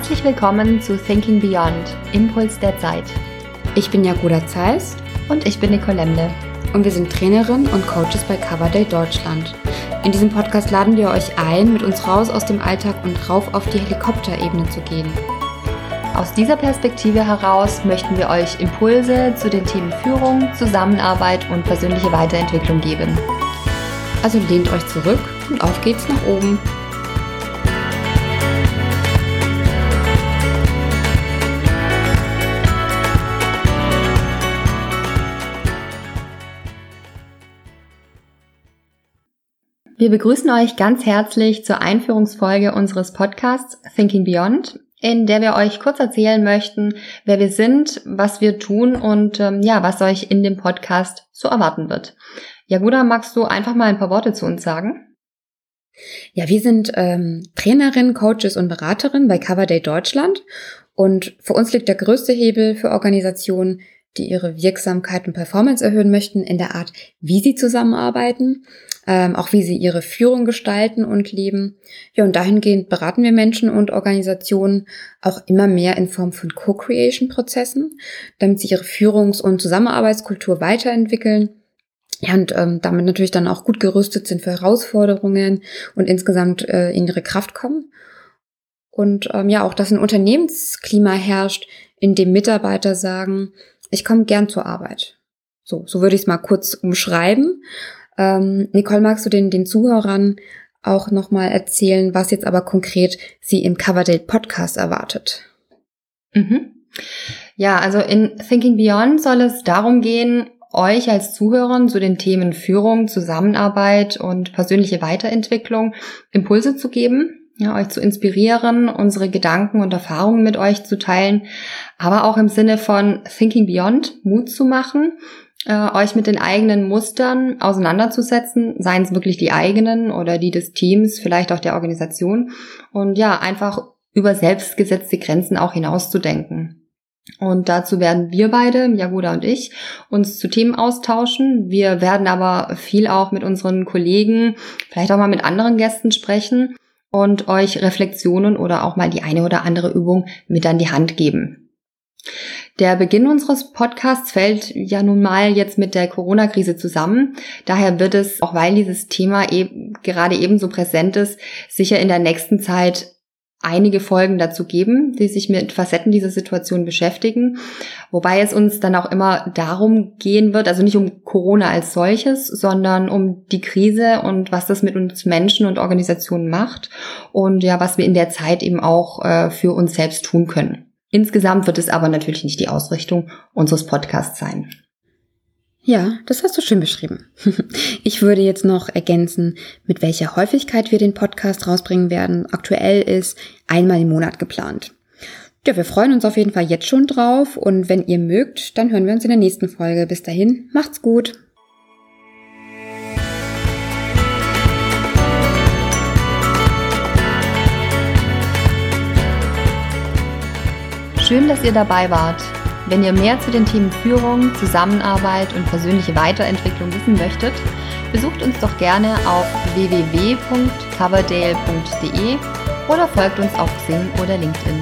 Herzlich willkommen zu Thinking Beyond, Impuls der Zeit. Ich bin Jagoda Zeiss und ich bin Nicole Lemde. Und wir sind Trainerinnen und Coaches bei Coverdale Deutschland. In diesem Podcast laden wir euch ein, mit uns raus aus dem Alltag und rauf auf die Helikopterebene zu gehen. Aus dieser Perspektive heraus möchten wir euch Impulse zu den Themen Führung, Zusammenarbeit und persönliche Weiterentwicklung geben. Also lehnt euch zurück und auf geht's nach oben. Wir begrüßen euch ganz herzlich zur Einführungsfolge unseres Podcasts Thinking Beyond, in der wir euch kurz erzählen möchten, wer wir sind, was wir tun und was euch in dem Podcast so erwarten wird. Jagoda, magst du einfach mal ein paar Worte zu uns sagen? Ja, wir sind Trainerinnen, Coaches und Beraterinnen bei Coverdale Deutschland und für uns liegt der größte Hebel für Organisationen, die ihre Wirksamkeit und Performance erhöhen möchten, in der Art, wie sie zusammenarbeiten, auch wie sie ihre Führung gestalten und leben. Ja, und dahingehend beraten wir Menschen und Organisationen auch immer mehr in Form von Co-Creation-Prozessen, damit sie ihre Führungs- und Zusammenarbeitskultur weiterentwickeln. Ja, und damit natürlich dann auch gut gerüstet sind für Herausforderungen und insgesamt in ihre Kraft kommen. Und auch, dass ein Unternehmensklima herrscht, in dem Mitarbeiter sagen, ich komme gern zur Arbeit. So würde ich es mal kurz umschreiben. Nicole, magst du den Zuhörern auch nochmal erzählen, was jetzt aber konkret sie im Coverdale Podcast erwartet? Ja, also in Thinking Beyond soll es darum gehen, euch als Zuhörern zu den Themen Führung, Zusammenarbeit und persönliche Weiterentwicklung Impulse zu geben, ja, euch zu inspirieren, unsere Gedanken und Erfahrungen mit euch zu teilen, aber auch im Sinne von Thinking Beyond Mut zu machen, euch mit den eigenen Mustern auseinanderzusetzen, seien es wirklich die eigenen oder die des Teams, vielleicht auch der Organisation, und ja, einfach über selbstgesetzte Grenzen auch hinauszudenken. Und dazu werden wir beide, Jagoda und ich, uns zu Themen austauschen. Wir werden aber viel auch mit unseren Kollegen, vielleicht auch mal mit anderen Gästen sprechen und euch Reflexionen oder auch mal die eine oder andere Übung mit an die Hand geben. Der Beginn unseres Podcasts fällt ja nun mal jetzt mit der Corona-Krise zusammen. Daher wird es, auch weil dieses Thema gerade ebenso präsent ist, sicher in der nächsten Zeit einige Folgen dazu geben, die sich mit Facetten dieser Situation beschäftigen. Wobei es uns dann auch immer darum gehen wird, also nicht um Corona als solches, sondern um die Krise und was das mit uns Menschen und Organisationen macht und ja, was wir in der Zeit eben auch für uns selbst tun können. Insgesamt wird es aber natürlich nicht die Ausrichtung unseres Podcasts sein. Ja, das hast du schön beschrieben. Ich würde jetzt noch ergänzen, mit welcher Häufigkeit wir den Podcast rausbringen werden. Aktuell ist einmal im Monat geplant. Ja, wir freuen uns auf jeden Fall jetzt schon drauf und wenn ihr mögt, dann hören wir uns in der nächsten Folge. Bis dahin, macht's gut! Schön, dass ihr dabei wart. Wenn ihr mehr zu den Themen Führung, Zusammenarbeit und persönliche Weiterentwicklung wissen möchtet, besucht uns doch gerne auf www.coverdale.de oder folgt uns auf Xing oder LinkedIn.